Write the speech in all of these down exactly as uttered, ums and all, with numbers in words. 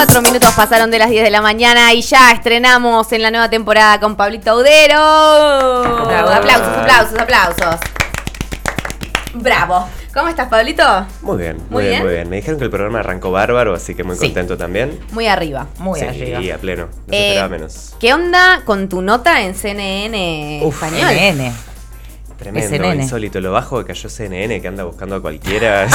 Cuatro minutos pasaron de las diez de la mañana y ya estrenamos en la nueva temporada con Pablito Audero. Bravo. Aplausos, aplausos, aplausos. Bravo. ¿Cómo estás, Pablito? Muy bien, muy, muy bien, bien, muy bien. Me dijeron que el programa arrancó bárbaro, así que muy sí. contento también. Muy arriba. Muy sí, arriba. Sí, a pleno. No eh, se esperaba menos. ¿Qué onda con tu nota en C N N Uf, español? C N N. Tremendo, C N N. Insólito. Lo bajo que cayó C N N, que anda buscando a cualquiera.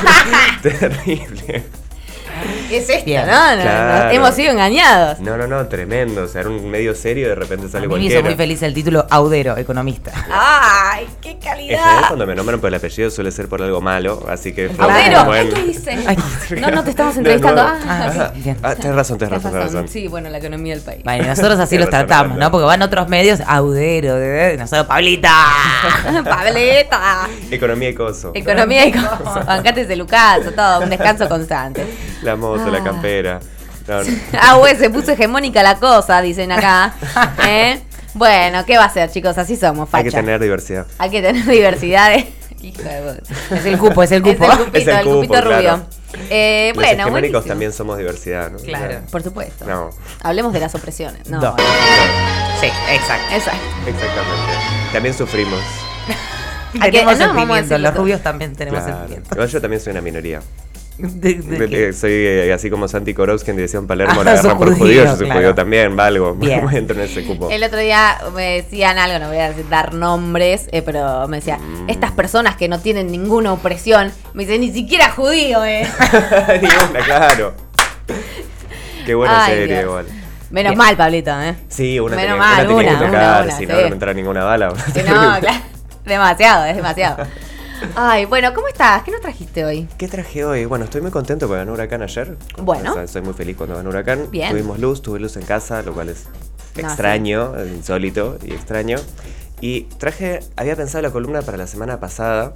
Terrible. ¿Qué es esto? Bien. No, no, Claro. no, hemos sido engañados. No, no, no, tremendo. O sea, era un medio serio y de repente sale A mí me cualquiera. hizo muy feliz el título Audero, economista. ¡Ay, qué En calidad! general, cuando me nombran por el apellido suele ser por algo malo, así que fue Audero, bueno. ¿qué dice? Ay. No, no te estamos No, entrevistando. no. Ah, Ah, sí. Ah, bien. ah, tenés razón, tenés Tienes razón, tenés razón. Sí, bueno, la economía del país. Bueno, nosotros así Tienes los razón, tratamos, Fernanda. ¿no? Porque van otros medios, Audero, de, nosotros, Pablita. Pableta. Economía y coso. Economía y cosas. Bancates de Lucaso, todo, un descanso constante. La moto, Ah. la campera. No, no. Ah, güey, se puso hegemónica la cosa, dicen acá. ¿Eh? Bueno, ¿qué va a ser, chicos? Así somos, facha. Hay que tener diversidad. Hay que tener diversidades. Hijo de puta. Es el cupo, es el cupo. Es el cupito, Es el el cupo, cupito claro. rubio. Eh, Los bueno, hegemónicos buenísimo. también somos diversidad, ¿no? Claro. Por supuesto. No, Hablemos de las opresiones. No, No. Sí, exacto. Esa. exactamente. También sufrimos. Hay que- Tenemos no, el vamos a pimiento, decirlo los todo. rubios también tenemos Claro. el pimiento. Igual yo también soy una minoría. ¿De, de De- qué? de- soy eh, así como Santi Korowski en Dirección Palermo, Ah, la sos agarran por judío, judío, yo soy claro. judío también, valgo. Bien. Voy a entrar en ese cupo. El otro día me decían algo, no voy a decir- dar nombres, eh, pero me decía, Mm. estas personas que no tienen ninguna opresión, me dice, ni siquiera judío, eh. Ni una, claro. Qué buena Ay, serie Dios. igual. Menos Bien. mal, Pablito, eh. Sí, una Menos tenía, mal, una tenía una, que tocar, una, una, si sí. no, no me entraba ninguna bala. Que no, claro. Demasiado, es demasiado. Ay, bueno, ¿cómo estás? ¿Qué nos trajiste hoy? ¿Qué traje hoy? Bueno, estoy muy contento porque ganó Huracán ayer. Bueno. O sea, soy muy feliz cuando ganó Huracán. Bien. Tuvimos luz, tuve luz en casa, lo cual es No, extraño, insólito y extraño. Y traje, había pensado la columna para la semana pasada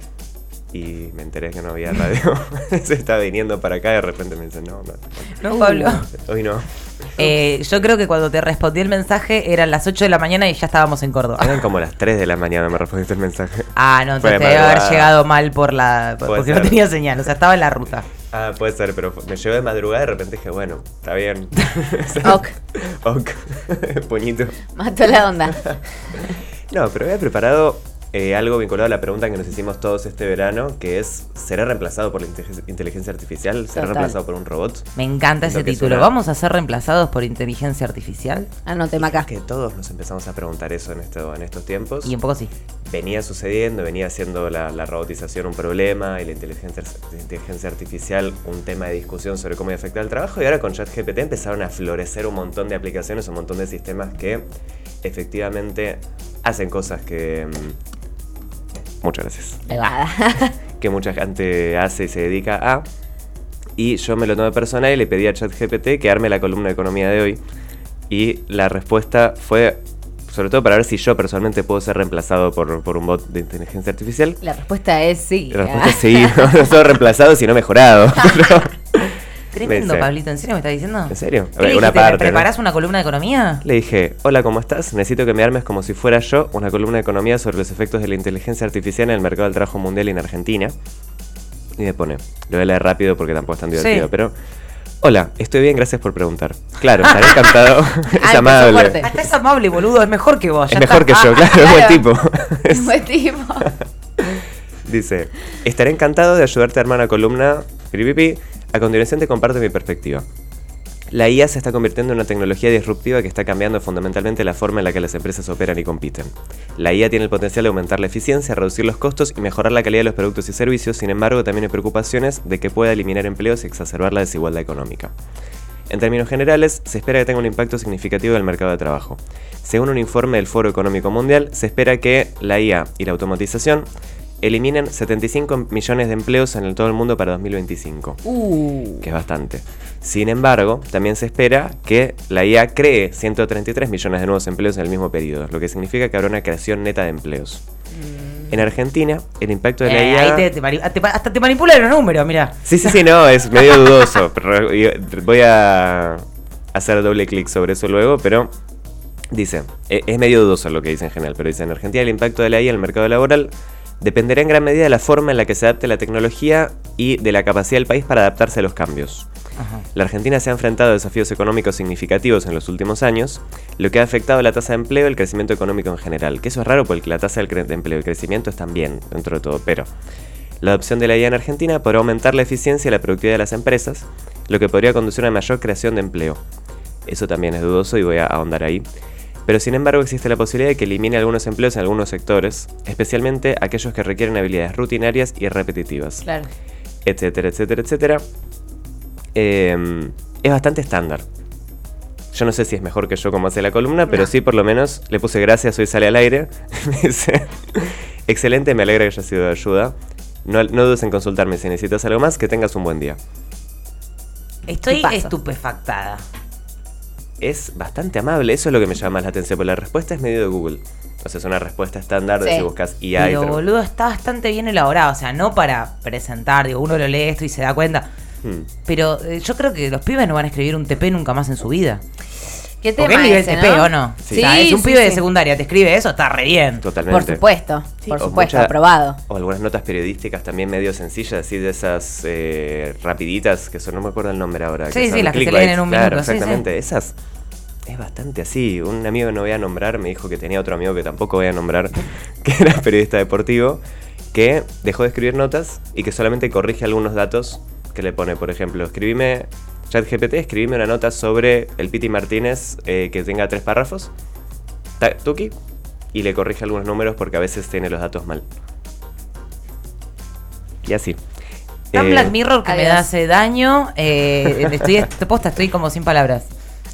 y me enteré que no había radio. Se estaba viniendo para acá y de repente me dicen, no, no, No, Pablo. hoy no. Eh, yo creo que cuando te respondí el mensaje eran las ocho de la mañana y ya estábamos en Córdoba. Eran como las tres de la mañana me respondiste el mensaje. Ah, no, Fue entonces de te debe haber madrugada. llegado mal por la Puede porque ser. no tenía señal, o sea, estaba en la ruta. Ah, puede ser, pero me llegó de madrugada y de repente dije, bueno, está bien. Ok. Ok. Puñito. Mató la onda. No, pero había preparado eh, algo vinculado a la pregunta que nos hicimos todos este verano, que es, ¿será reemplazado por la inteligencia- inteligencia artificial? ¿Será Total. reemplazado por un robot? Me encanta ese Lo que es título. una- ¿Vamos a ser reemplazados por inteligencia artificial? Anóteme acá. Que todos nos empezamos a preguntar eso en, esto, en estos tiempos. Y un poco sí. Venía sucediendo, venía siendo la, la robotización un problema y la inteligencia, la inteligencia artificial un tema de discusión sobre cómo afecta al trabajo. Y ahora con ChatGPT empezaron a florecer un montón de aplicaciones, un montón de sistemas que efectivamente hacen cosas que... mm, Muchas gracias. Ahí va. Que mucha gente hace y se dedica a. Y yo me lo tomé personal y le pedí a ChatGPT que arme la columna de economía de hoy. Y la respuesta fue, sobre todo para ver si yo personalmente puedo ser reemplazado por, por un bot de inteligencia artificial. La respuesta es sí. La respuesta es sí, no solo reemplazado, sino mejorado. Pero- Tremendo, Me dice, Pablito, ¿en serio me estás diciendo? ¿En serio? ¿Qué le Una dijiste? parte, ¿Me ¿no? preparás una columna de economía? Le dije, hola, ¿cómo estás? Necesito que me armes como si fuera yo una columna de economía sobre los efectos de la inteligencia artificial en el mercado del trabajo mundial y en Argentina. Y me pone, lo voy a leer rápido porque tampoco es tan divertido, Sí. pero... Hola, estoy bien, gracias por preguntar. Claro, estaré encantado. Ah, Es empezó amable. fuerte. Hasta es amable, boludo, es mejor que vos. Es ya mejor está. que yo, Ah, claro, es buen claro. tipo. Es- Buen tipo. Dice, estaré encantado de ayudarte a armar una columna. Piripipi. A continuación te comparto mi perspectiva. La I A se está convirtiendo en una tecnología disruptiva que está cambiando fundamentalmente la forma en la que las empresas operan y compiten. La I A tiene el potencial de aumentar la eficiencia, reducir los costos y mejorar la calidad de los productos y servicios. Sin embargo, también hay preocupaciones de que pueda eliminar empleos y exacerbar la desigualdad económica. En términos generales, se espera que tenga un impacto significativo en el mercado de trabajo. Según un informe del Foro Económico Mundial, se espera que la I A y la automatización eliminen setenta y cinco millones de empleos en el todo el mundo para dos mil veinticinco, Uh. que es bastante. Sin embargo, también se espera que la I A cree ciento treinta y tres millones de nuevos empleos en el mismo periodo, lo que significa que habrá una creación neta de empleos. En Argentina, el impacto de la Eh, I A... ahí te, te mani- te pa- hasta te manipulan los números, mira. Sí, sí, sí, no, es medio dudoso. Pero voy a hacer doble clic sobre eso luego, pero dice, e- es medio dudoso lo que dice en general, pero dice, en Argentina el impacto de la I A en el mercado laboral dependerá en gran medida de la forma en la que se adapte la tecnología y de la capacidad del país para adaptarse a los cambios. Ajá. La Argentina se ha enfrentado a desafíos económicos significativos en los últimos años, lo que ha afectado la tasa de empleo y el crecimiento económico en general. Que eso es raro porque la tasa de empleo y crecimiento están bien dentro de todo, pero la adopción de la I A en Argentina podrá aumentar la eficiencia y la productividad de las empresas, lo que podría conducir a una mayor creación de empleo. Eso también es dudoso y voy a ahondar ahí. Pero sin embargo existe la posibilidad de que elimine algunos empleos en algunos sectores, especialmente aquellos que requieren habilidades rutinarias y repetitivas. Claro. Etcétera, etcétera, etcétera. Eh, es bastante estándar. Yo no sé si es mejor que yo como hace la columna, pero No. sí por lo menos le puse gracias, hoy sale al aire. Me dice, excelente, me alegra que haya sido de ayuda. No, no dudes en consultarme si necesitas algo más, que tengas un buen día. Estoy Tipazo. estupefactada. Es bastante amable, eso es lo que me llama más la atención, porque la respuesta es medio de Google. O sea, es una respuesta estándar de Sí. si buscas I A. y Pero, te- boludo, está bastante bien elaborado. O sea, no para presentar, digo, uno lo lee esto y se da cuenta. Hmm. Pero eh, yo creo que los pibes no van a escribir un T P nunca más en su vida. ¿Qué Porque tema es nivel ese, T P, ¿no? ¿o no? Sí. O sea, es un Sí, pibe sí, de sí. secundaria, te escribe eso, está re bien. Totalmente. Por supuesto, Sí, por o supuesto, mucha- aprobado. O algunas notas periodísticas también medio sencillas, así de esas eh, rapiditas, que son, no me acuerdo el nombre ahora. Sí, sí, son las que se clickbait. leen en un Claro, minuto, sí, exactamente, esas es bastante así. Un amigo que no voy a nombrar me dijo que tenía otro amigo que tampoco voy a nombrar, que era periodista deportivo, que dejó de escribir notas y que solamente corrige algunos datos que le pone, por ejemplo, escribime, ChatGPT, escribime una nota sobre el Piti Martínez eh, que tenga tres párrafos, ta- tuki, y le corrige algunos números porque a veces tiene los datos mal. Y así. Tan Eh, Black Mirror que me adiós. hace daño. Eh, estoy, te posta, estoy como sin palabras.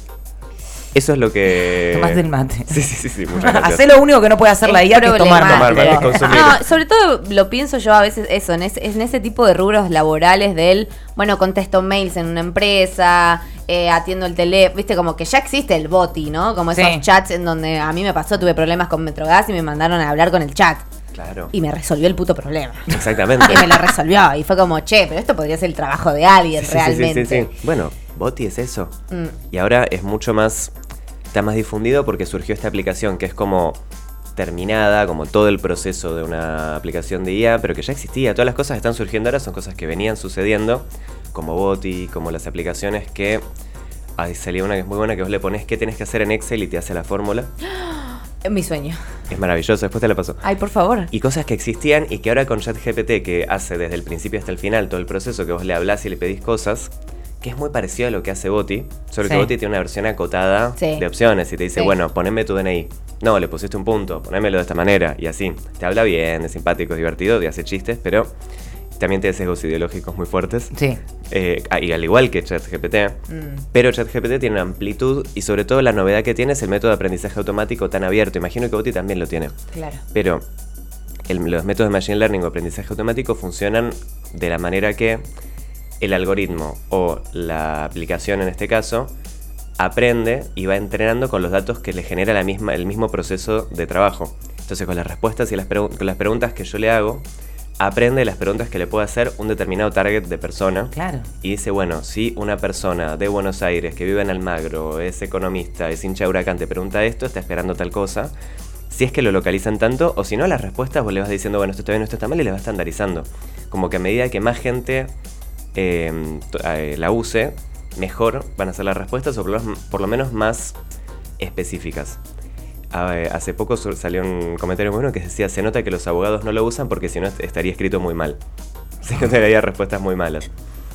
Eso es lo que... Tomaste el mate. Sí, sí, sí, sí, muchas gracias. Hacé lo único que no puede hacer la I A, que es tomar Tomar mate. mate, consumir. No, sobre todo lo pienso yo a veces eso, en ese, en ese tipo de rubros laborales del, bueno, contesto mails en una empresa, eh, atiendo el teléfono, viste, como que ya existe el boti, ¿no? Como esos Sí. chats en donde a mí me pasó, tuve problemas con Metrogas y me mandaron a hablar con el chat. Claro. Y me resolvió el puto problema. Exactamente. Y me lo resolvió. Y fue como, che, pero esto podría ser el trabajo de alguien Sí, sí, sí, sí, realmente. sí, sí. Bueno, Boti es eso. Mm. Y ahora es mucho más... Está más difundido porque surgió esta aplicación que es como terminada, como todo el proceso de una aplicación de I A, pero que ya existía. Todas las cosas que están surgiendo ahora son cosas que venían sucediendo, como Boti, como las aplicaciones que... Ahí salió una que es muy buena, que vos le pones qué tenés que hacer en Excel y te hace la fórmula. Es mi sueño. Es maravilloso, después te la paso. Ay, por favor. Y cosas que existían y que ahora con ChatGPT, que hace desde el principio hasta el final todo el proceso, que vos le hablás y le pedís cosas, que es muy parecido a lo que hace Boti, solo que Sí. Boti tiene una versión acotada Sí. de opciones y te dice, Sí. bueno, poneme tu D N I. No, le pusiste un punto, ponémelo de esta manera y así. Te habla bien, es simpático, es divertido, y hace chistes, pero también tiene sesgos ideológicos muy fuertes. Sí. Eh, y al igual que ChatGPT. Mm. Pero ChatGPT tiene una amplitud y sobre todo la novedad que tiene es el método de aprendizaje automático tan abierto. Imagino que Boti también lo tiene. Claro. Pero el- los métodos de Machine Learning o aprendizaje automático funcionan de la manera que el algoritmo o la aplicación en este caso aprende y va entrenando con los datos que le genera la misma, el mismo proceso de trabajo. Entonces con las respuestas y las, pregu- con las preguntas que yo le hago, aprende las preguntas que le puede hacer un determinado target de persona. Claro. Y dice, bueno, si una persona de Buenos Aires que vive en Almagro, es economista, es hincha de Huracán, te pregunta esto, está esperando tal cosa. Si es que lo localizan tanto, o si no, las respuestas vos le vas diciendo, bueno, esto está bien, esto está mal, y le vas estandarizando. Como que a medida que más gente eh, to- eh, la use, mejor van a ser las respuestas, o por lo, por lo menos más específicas. Ah, eh, hace poco sur- salió un comentario muy bueno que decía, se nota que los abogados no lo usan porque si no est- estaría escrito muy mal. Si no, te daría respuestas muy malas.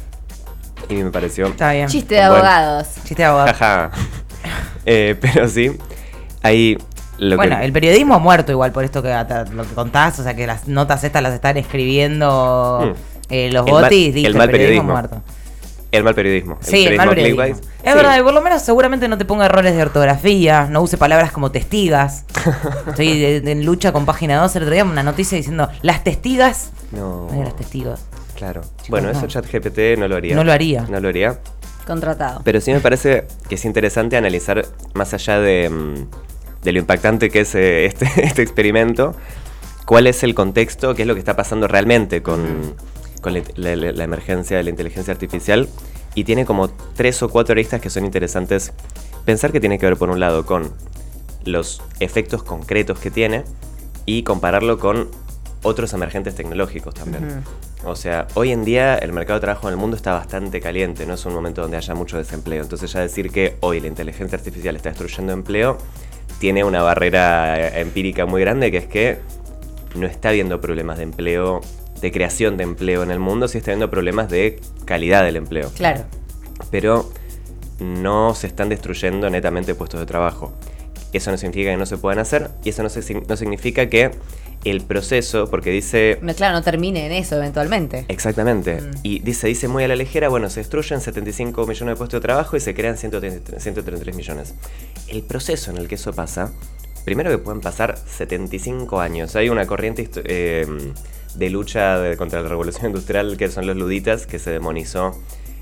Y me pareció... Está bien. Chiste de Bueno. abogados. Chiste de abogado. Jaja. Eh, pero sí, hay lo Bueno, que... el periodismo ha muerto igual por esto que ata- lo que contás, o sea que las notas estas las están escribiendo Mm. eh, los El mal- botis, el listo, el, mal periodismo, periodismo. muerto. El mal periodismo. Sí, el mal periodismo. clickbait. Es Sí. verdad, y por lo menos seguramente no te ponga errores de ortografía, no use palabras como testigas. Estoy de- de- en lucha con Página dos el otro día, una noticia diciendo, las testigas, No, no eran las testigos. claro. Bueno, no. eso ChatGPT no lo haría. No lo haría. No lo haría. Contratado. Pero sí me parece que es interesante analizar más allá de, mm, de lo impactante que es eh, este, este experimento, cuál es el contexto, qué es lo que está pasando realmente con, con la, la- la emergencia de la inteligencia artificial. Y tiene como tres o cuatro aristas que son interesantes pensar, que tiene que ver por un lado con los efectos concretos que tiene y compararlo con otros emergentes tecnológicos también. Ujú. O sea, hoy en día el mercado de trabajo en el mundo está bastante caliente, no es un momento donde haya mucho desempleo. Entonces ya decir que hoy la inteligencia artificial está destruyendo empleo tiene una barrera empírica muy grande, que es que no está habiendo problemas de empleo, de creación de empleo en el mundo, sí está habiendo problemas de calidad del empleo. Claro. Pero no se están destruyendo netamente puestos de trabajo. Eso no significa que no se puedan hacer, y eso no, se, no significa que el proceso, porque dice... No, claro, no termine en eso eventualmente. Exactamente. Mm. Y dice, dice muy a la ligera, bueno, se destruyen setenta y cinco millones de puestos de trabajo y se crean ciento treinta y tres millones. El proceso en el que eso pasa, primero que pueden pasar setenta y cinco años. Hay una corriente eh, de lucha de, contra la revolución industrial que son los luditas, que se demonizó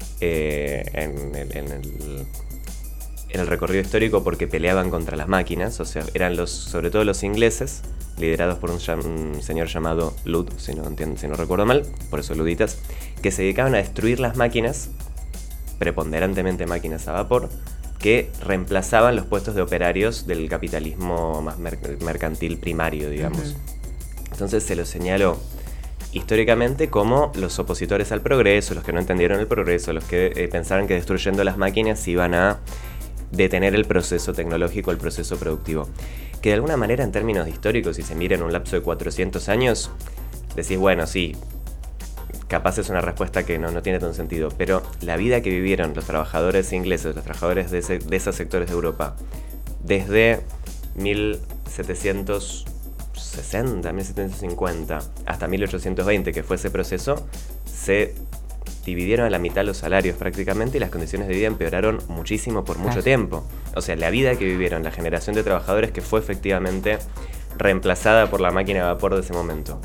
eh, en, en, en el... en el recorrido histórico porque peleaban contra las máquinas, o sea, eran los, sobre todo los ingleses, liderados por un, un señor llamado Lud, si no entiendo, si no recuerdo mal, por eso luditas, que se dedicaban a destruir las máquinas, preponderantemente máquinas a vapor, que reemplazaban los puestos de operarios del capitalismo más mer- mercantil primario, digamos. Uh-huh. Entonces se los señaló históricamente como los opositores al progreso, los que no entendieron el progreso, los que eh, pensaban que destruyendo las máquinas iban a detener el proceso tecnológico, el proceso productivo. Que de alguna manera, en términos históricos, si se mira en un lapso de cuatrocientos años, decís, bueno, sí, capaz es una respuesta que no, no tiene tanto sentido, pero la vida que vivieron los trabajadores ingleses, los trabajadores de, ese, de esos sectores de Europa, desde mil setecientos sesenta, mil setecientos cincuenta hasta mil ochocientos veinte, que fue ese proceso, se dividieron a la mitad los salarios prácticamente y las condiciones de vida empeoraron muchísimo por mucho Claro. tiempo. O sea, la vida que vivieron, la generación de trabajadores que fue efectivamente reemplazada por la máquina de vapor de ese momento,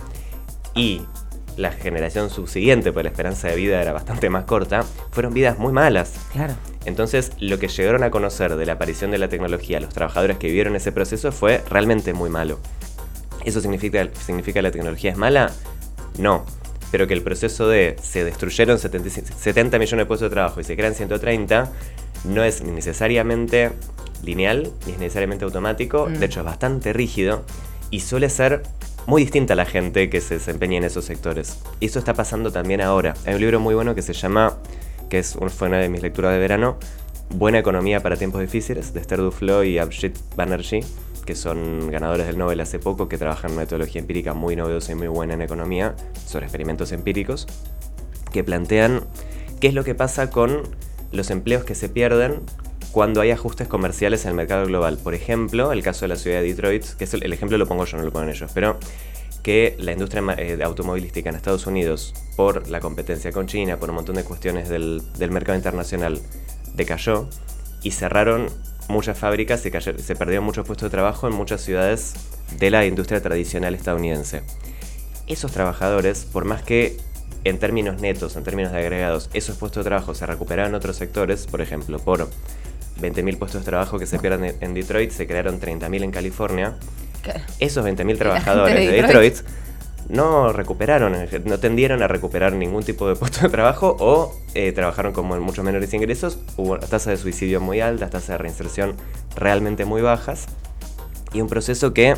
y la generación subsiguiente, porque la esperanza de vida era bastante más corta, fueron vidas muy malas. Claro. Entonces, lo que llegaron a conocer de la aparición de la tecnología, los trabajadores que vivieron ese proceso, fue realmente muy malo. ¿Eso significa, significa que la tecnología es mala? No. Pero que el proceso de se destruyeron setenta millones de puestos de trabajo y se crean ciento treinta no es ni necesariamente lineal, ni es necesariamente automático, mm. de hecho es bastante rígido y suele ser muy distinta a la gente que se desempeña en esos sectores. Y eso está pasando también ahora. Hay un libro muy bueno que se llama, que es, fue una de mis lecturas de verano, Buena economía para tiempos difíciles, de Esther Duflo y Abhijit Banerjee, que son ganadores del Nobel hace poco, que trabajan en una metodología empírica muy novedosa y muy buena en economía, sobre experimentos empíricos, que plantean qué es lo que pasa con los empleos que se pierden cuando hay ajustes comerciales en el mercado global. Por ejemplo, el caso de la ciudad de Detroit, que es el, el ejemplo lo pongo yo, no lo ponen ellos, pero que la industria eh, automovilística en Estados Unidos, por la competencia con China, por un montón de cuestiones del, del mercado internacional, decayó y cerraron muchas fábricas, se, cayó, se perdieron muchos puestos de trabajo en muchas ciudades de la industria tradicional estadounidense. Esos trabajadores, por más que en términos netos, en términos de agregados, esos puestos de trabajo se recuperaron en otros sectores, por ejemplo, por veinte mil puestos de trabajo que se pierden en Detroit, se crearon treinta mil en California. ¿Qué? Esos veinte mil trabajadores de Detroit, de Detroit no recuperaron, no tendieron a recuperar ningún tipo de puesto de trabajo o eh, trabajaron con muchos menores ingresos, hubo tasas de suicidio muy altas, tasas de reinserción realmente muy bajas y un proceso que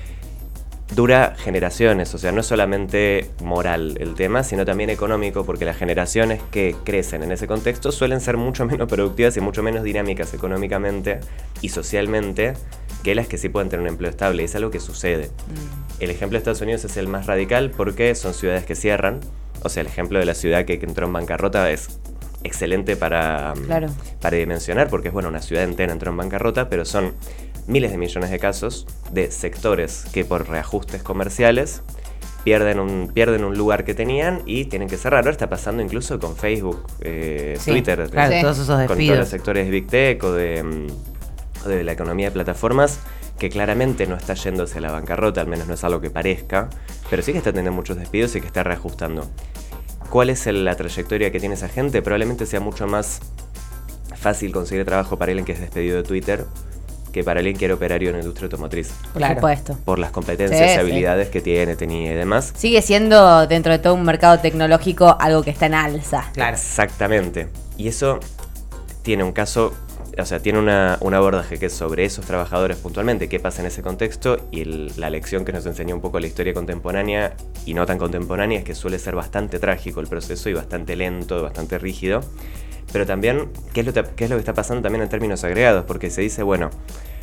dura generaciones, o sea, no es solamente moral el tema, sino también económico, porque las generaciones que crecen en ese contexto suelen ser mucho menos productivas y mucho menos dinámicas económicamente y socialmente que las que sí pueden tener un empleo estable, y es algo que sucede. Mm. El ejemplo de Estados Unidos es el más radical porque son ciudades que cierran, o sea, el ejemplo de la ciudad que entró en bancarrota es excelente para, claro. para dimensionar, porque es bueno, una ciudad entera entró en bancarrota, pero son miles de millones de casos de sectores que por reajustes comerciales pierden un, pierden un lugar que tenían y tienen que cerrar. Ahora está pasando incluso con Facebook, eh, sí, Twitter, claro, sí. todos esos despidos. Con todos los sectores de Big Tech o de, o de la economía de plataformas, que claramente no está yendo hacia la bancarrota, al menos no es algo que parezca, pero sí que está teniendo muchos despidos y que está reajustando. ¿Cuál es el, la trayectoria que tiene esa gente? Probablemente sea mucho más fácil conseguir trabajo para alguien que es despedido de Twitter que para alguien que era operario en la industria automotriz. Por claro. supuesto. Por las competencias sí, y habilidades sí. que tiene, tenía y demás. Sigue siendo, dentro de todo un mercado tecnológico, algo que está en alza. Claro. Exactamente. Y eso tiene un caso o sea, tiene una, un abordaje que es sobre esos trabajadores puntualmente, qué pasa en ese contexto, y el, la lección que nos enseñó un poco la historia contemporánea y no tan contemporánea es que suele ser bastante trágico el proceso y bastante lento, bastante rígido. Pero también, ¿qué es, lo, qué es lo que está pasando también en términos agregados? Porque se dice, bueno,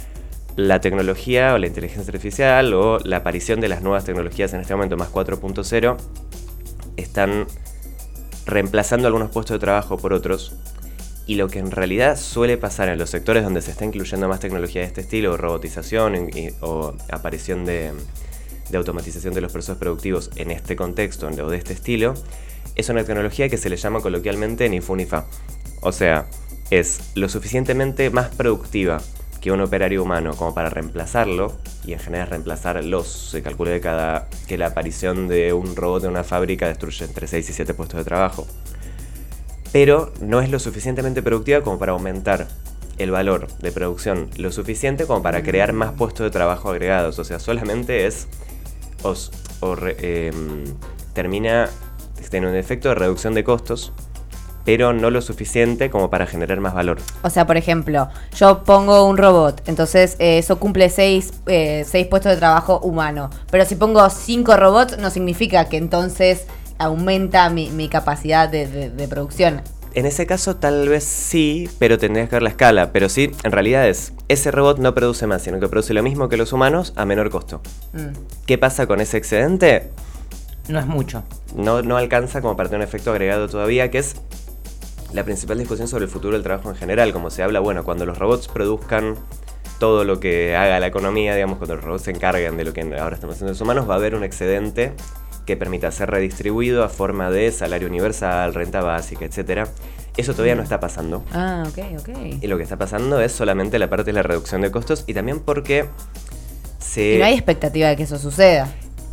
la tecnología o la inteligencia artificial o la aparición de las nuevas tecnologías en este momento, más cuatro punto cero, están reemplazando algunos puestos de trabajo por otros. Y lo que en realidad suele pasar en los sectores donde se está incluyendo más tecnología de este estilo, robotización y, o aparición de, de automatización de los procesos productivos en este contexto o de este estilo, es una tecnología que se le llama coloquialmente ni fu ni fa. O sea, es lo suficientemente más productiva que un operario humano como para reemplazarlo, y en general reemplazarlos. Se calcula de cada, que la aparición de un robot en una fábrica destruye entre seis y siete puestos de trabajo. Pero no es lo suficientemente productiva como para aumentar el valor de producción lo suficiente como para crear más puestos de trabajo agregados. O sea, solamente es... Os, o re, eh, termina teniendo un efecto de reducción de costos, pero no lo suficiente como para generar más valor. O sea, por ejemplo, yo pongo un robot, entonces eh, eso cumple seis, eh, seis puestos de trabajo humano. Pero si pongo cinco robots, no significa que entonces aumenta mi, mi capacidad de, de, de producción. En ese caso tal vez sí, pero tendrías que ver la escala. Pero sí, en realidad es, ese robot no produce más, sino que produce lo mismo que los humanos a menor costo. Mm. ¿Qué pasa con ese excedente? No es mucho. No, no alcanza como para tener un efecto agregado todavía, que es la principal discusión sobre el futuro del trabajo en general. Como se habla, bueno, cuando los robots produzcan todo lo que haga la economía, digamos, cuando los robots se encarguen de lo que ahora estamos haciendo los humanos, va a haber un excedente que permita ser redistribuido a forma de salario universal, renta básica, etcétera. Eso todavía no está pasando. Ah, ok, ok. Y lo que está pasando es solamente la parte de la reducción de costos, y también porque se... Y no hay expectativa de que eso suceda.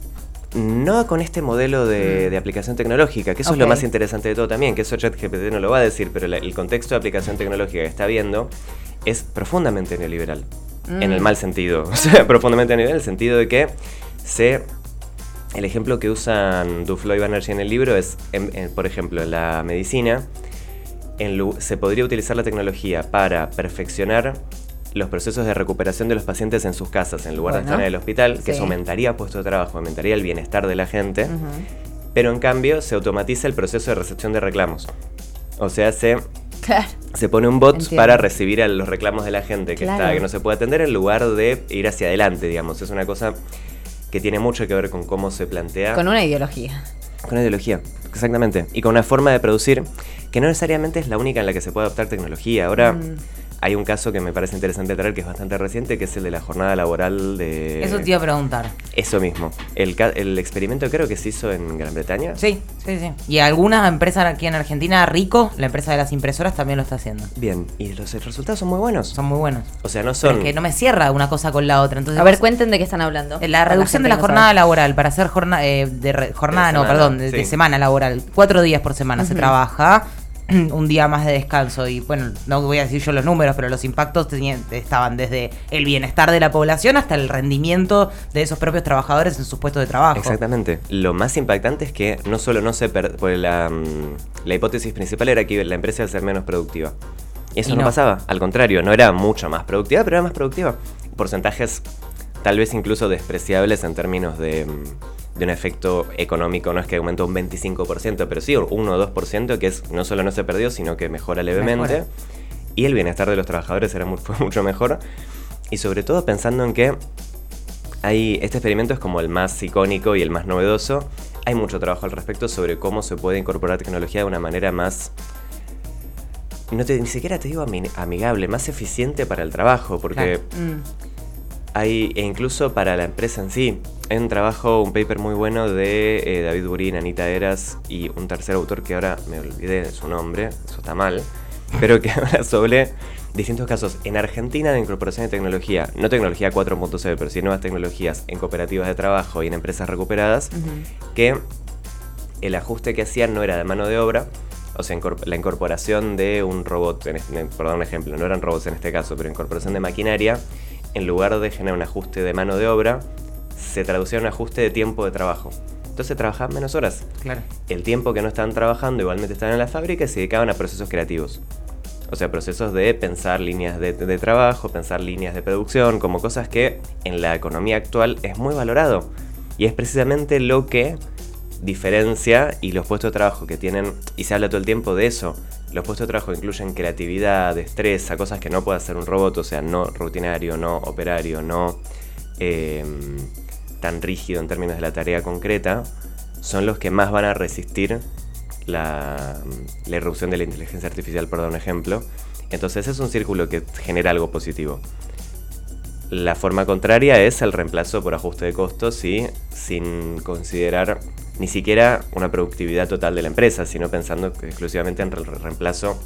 No con este modelo de, de aplicación tecnológica, que eso okay. es lo más interesante de todo también, que eso ChatGPT no lo va a decir, pero la, el contexto de aplicación tecnológica que está viendo es profundamente neoliberal, mm. en el mal sentido, o sea, profundamente neoliberal en el sentido de que se... El ejemplo que usan Duflo y Banerjee en el libro es, en, en, por ejemplo, en la medicina, en, se podría utilizar la tecnología para perfeccionar los procesos de recuperación de los pacientes en sus casas, en lugar bueno, de estar en el hospital, que sí. eso aumentaría puestos de trabajo, aumentaría el bienestar de la gente, uh-huh. pero en cambio se automatiza el proceso de recepción de reclamos. O sea, se, claro. se pone un bot Entiendo. para recibir a los reclamos de la gente que, claro. está, que no se puede atender, en lugar de ir hacia adelante, digamos. Es una cosa que tiene mucho que ver con cómo se plantea. Con una ideología. Con una ideología, exactamente. Y con una forma de producir que no necesariamente es la única en la que se puede adoptar tecnología. Ahora... Mm. Hay un caso que me parece interesante traer, que es bastante reciente, que es el de la jornada laboral de... Eso te iba a preguntar. Eso mismo. El, el experimento creo que se hizo en Gran Bretaña. Sí, sí, sí. Y algunas empresas aquí en Argentina, Rico, la empresa de las impresoras, también lo está haciendo. Bien, y los resultados son muy buenos. Son muy buenos. O sea, no son... Pero es que no me cierra una cosa con la otra. Entonces, a ver, cuenten de qué están hablando. La reducción la de la jornada sabe. laboral, para hacer jornada... Eh, de re, jornada, de no, semana, perdón, de, sí. de semana laboral. Cuatro días por semana uh-huh. se trabaja... un día más de descanso, y bueno, no voy a decir yo los números, pero los impactos tenían, estaban desde el bienestar de la población hasta el rendimiento de esos propios trabajadores en sus puestos de trabajo. Exactamente. Lo más impactante es que no solo no se per- pues la, la hipótesis principal era que la empresa iba a ser menos productiva. Y eso y no, no pasaba, al contrario, no era mucho más productiva, pero era más productiva. Porcentajes tal vez incluso despreciables en términos de... de un efecto económico, no es que aumentó un veinticinco por ciento, pero sí un uno o dos por ciento, que es no solo no se perdió, sino que mejora levemente. Mejora. Y el bienestar de los trabajadores era muy, fue mucho mejor. Y sobre todo pensando en que hay, este experimento es como el más icónico y el más novedoso. Hay mucho trabajo al respecto sobre cómo se puede incorporar tecnología de una manera más... No te, ni siquiera te digo amigable, más eficiente para el trabajo, porque... Claro. Mm. Hay, e incluso para la empresa en sí. Hay un trabajo, un paper muy bueno de eh, David Burín, Anita Eras y un tercer autor que ahora me olvidé de su nombre, eso está mal, pero que habla sobre distintos casos en Argentina de incorporación de tecnología, no tecnología cuatro punto cero, pero sí nuevas tecnologías en cooperativas de trabajo y en empresas recuperadas, uh-huh. que el ajuste que hacían no era de mano de obra, o sea, la incorporación de un robot, en este, por dar un ejemplo, no eran robots en este caso, pero incorporación de maquinaria, en lugar de generar un ajuste de mano de obra, se traducía en un ajuste de tiempo de trabajo. Entonces trabajaban menos horas. Claro. El tiempo que no estaban trabajando igualmente estaban en la fábrica y se dedicaban a procesos creativos. O sea, procesos de pensar líneas de, de trabajo, pensar líneas de producción, como cosas que en la economía actual es muy valorado. Y es precisamente lo que diferencia, y los puestos de trabajo que tienen, y se habla todo el tiempo de eso, los puestos de trabajo incluyen creatividad, destreza, cosas que no puede hacer un robot, o sea, no rutinario, no operario, no eh, tan rígido en términos de la tarea concreta, son los que más van a resistir la, la irrupción de la inteligencia artificial, por dar un ejemplo. Entonces es un círculo que genera algo positivo. La forma contraria es el reemplazo por ajuste de costos y sin considerar ni siquiera una productividad total de la empresa, sino pensando exclusivamente en el reemplazo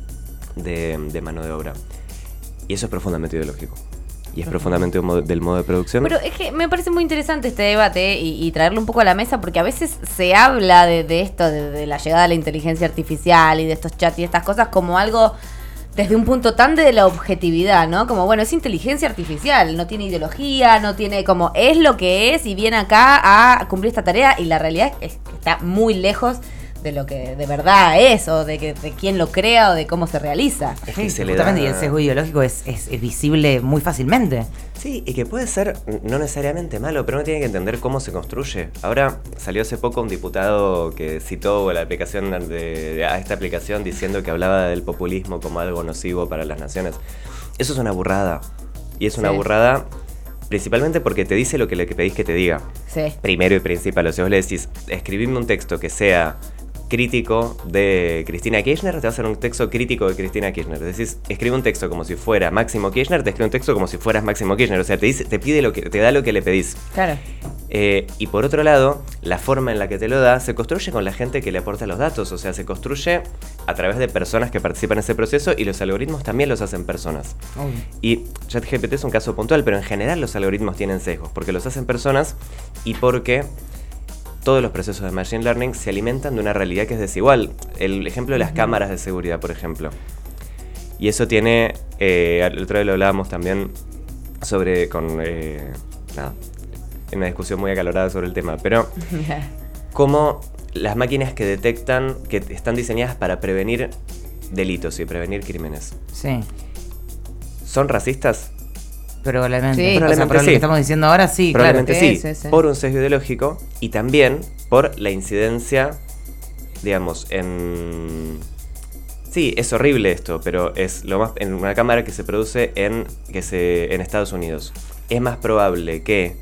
de, de mano de obra. Y eso es profundamente ideológico. Y es profundamente un modo, del modo de producción. Pero es que me parece muy interesante este debate y, y traerlo un poco a la mesa, porque a veces se habla de, de esto, de, de la llegada de la inteligencia artificial y de estos chats y estas cosas como algo desde un punto tan de la objetividad, ¿no? Como, bueno, es inteligencia artificial, no tiene ideología, no tiene como, es lo que es y viene acá a cumplir esta tarea, y la realidad es que está muy lejos de lo que de verdad es, o de que de quién lo crea, o de cómo se realiza. Es que Sí, se le justamente, da... y el sesgo ideológico es, es, es visible muy fácilmente. Sí, y que puede ser no necesariamente malo, pero uno tiene que entender cómo se construye. Ahora salió hace poco un diputado que citó la aplicación de, de, a esta aplicación diciendo que hablaba del populismo como algo nocivo para las naciones. Eso es una burrada. Y es una Sí. burrada principalmente porque te dice lo que le pedís que te diga. Sí. Primero y principal, o sea, vos le decís, escribime un texto que sea crítico de Cristina Kirchner, te va a hacer un texto crítico de Cristina Kirchner. Decís, escribe un texto como si fuera Máximo Kirchner, te escribe un texto como si fueras Máximo Kirchner. O sea, te dice, te pide lo que, te da lo que le pedís. Claro. Eh, y por otro lado, la forma en la que te lo da se construye con la gente que le aporta los datos. O sea, se construye a través de personas que participan en ese proceso, y los algoritmos también los hacen personas. Obvio. Y ChatGPT es un caso puntual, pero en general los algoritmos tienen sesgos, porque los hacen personas y porque todos los procesos de Machine Learning se alimentan de una realidad que es desigual. El ejemplo de las cámaras de seguridad, por ejemplo. Y eso tiene, eh, el otro día lo hablábamos también sobre, con, eh, nada, en una discusión muy acalorada sobre el tema, pero cómo las máquinas que detectan, que están diseñadas para prevenir delitos y prevenir crímenes, Sí. ¿son racistas? Probablemente. Sí, O sea, probablemente por lo sí. que estamos diciendo ahora, sí, Probablemente claro. sí, Sí, sí, sí. por un sesgo ideológico y también por la incidencia, digamos, en... Sí, es horrible esto, pero es lo más en una cámara que se produce en, que se, en Estados Unidos. Es más probable que,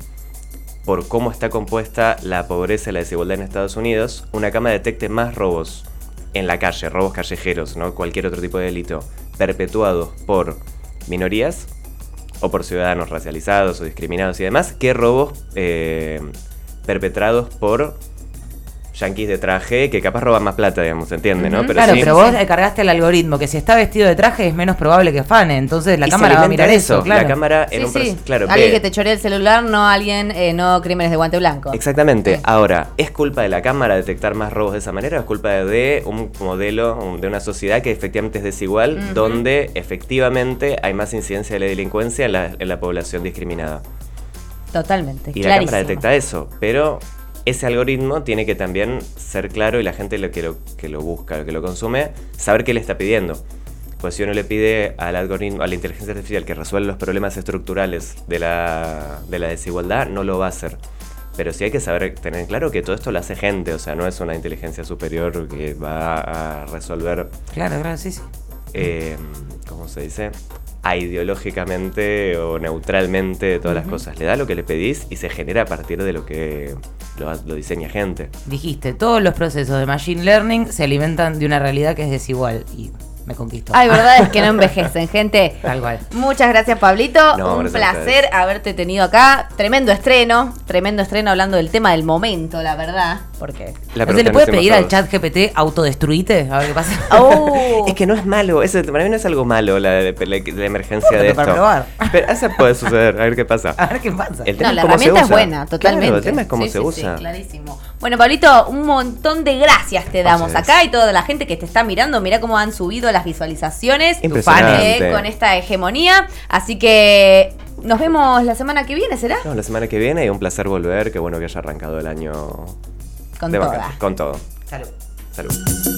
por cómo está compuesta la pobreza y la desigualdad en Estados Unidos, una cámara detecte más robos en la calle, robos callejeros, ¿no? Cualquier otro tipo de delito, perpetuados por minorías o por ciudadanos racializados o discriminados y demás, que robos eh, perpetrados por yanquis de traje que capaz roban más plata, digamos, ¿se entiende? ¿no? Ujú. Pero Claro, sí, pero vos le cargaste al algoritmo que si está vestido de traje es menos probable que afane, entonces la y se cámara va a alimenta mirar de eso, claro. La cámara en Sí, un sí. proceso, claro, Alguien ve- que te chorea el celular, no alguien, eh, no crímenes de guante blanco. Exactamente. Sí. Ahora, ¿es culpa de la cámara detectar más robos de esa manera o es culpa de un modelo, un- de una sociedad que efectivamente es desigual, Ujú. donde efectivamente hay más incidencia de la delincuencia en la, en la población discriminada? Totalmente, Y la clarísimo. cámara detecta eso, pero ese algoritmo tiene que también ser claro y la gente lo que lo, que lo busca, lo que lo consume, saber qué le está pidiendo. Pues si uno le pide al algoritmo, a la inteligencia artificial que resuelva los problemas estructurales de la, de la desigualdad, no lo va a hacer. Pero sí hay que saber, tener claro que todo esto lo hace gente, o sea, no es una inteligencia superior que va a resolver, Claro, claro, sí, sí. eh, ¿cómo se dice? A ideológicamente o neutralmente todas las Ujú. cosas. Le da lo que le pedís y se genera a partir de lo que lo, lo diseña gente. Dijiste, todos los procesos de Machine Learning se alimentan de una realidad que es desigual. Y me conquistó. Ay, verdad es que no envejecen, gente. Tal cual. Muchas gracias, Pablito. No, Un gracias a placer ustedes. haberte tenido acá. Tremendo estreno. Tremendo estreno hablando del tema del momento, la verdad. Porque. La ¿No se le pregunta puede nos pedir hacemos al todos. chat G P T autodestruite? A ver qué pasa. Oh. Es que no es malo, eso, para mí no es algo malo la, la, la- la emergencia de Bueno, esto. para probar. Pero eso puede suceder, a ver qué pasa. A ver qué pasa. El tema No, la es cómo se herramienta es usa. buena, totalmente. Claro, el tema es cómo Sí, se sí, usa. Sí, clarísimo. Bueno, Pablito, un montón de gracias te damos Gracias. acá y toda la gente que te está mirando. Mirá cómo han subido las visualizaciones Impresionante. eh, con esta hegemonía. Así que nos vemos la semana que viene, ¿será? No, la semana que viene y un placer volver. Qué bueno que haya arrancado el año Con de toda. vacaciones. Con todo. Salud. Salud.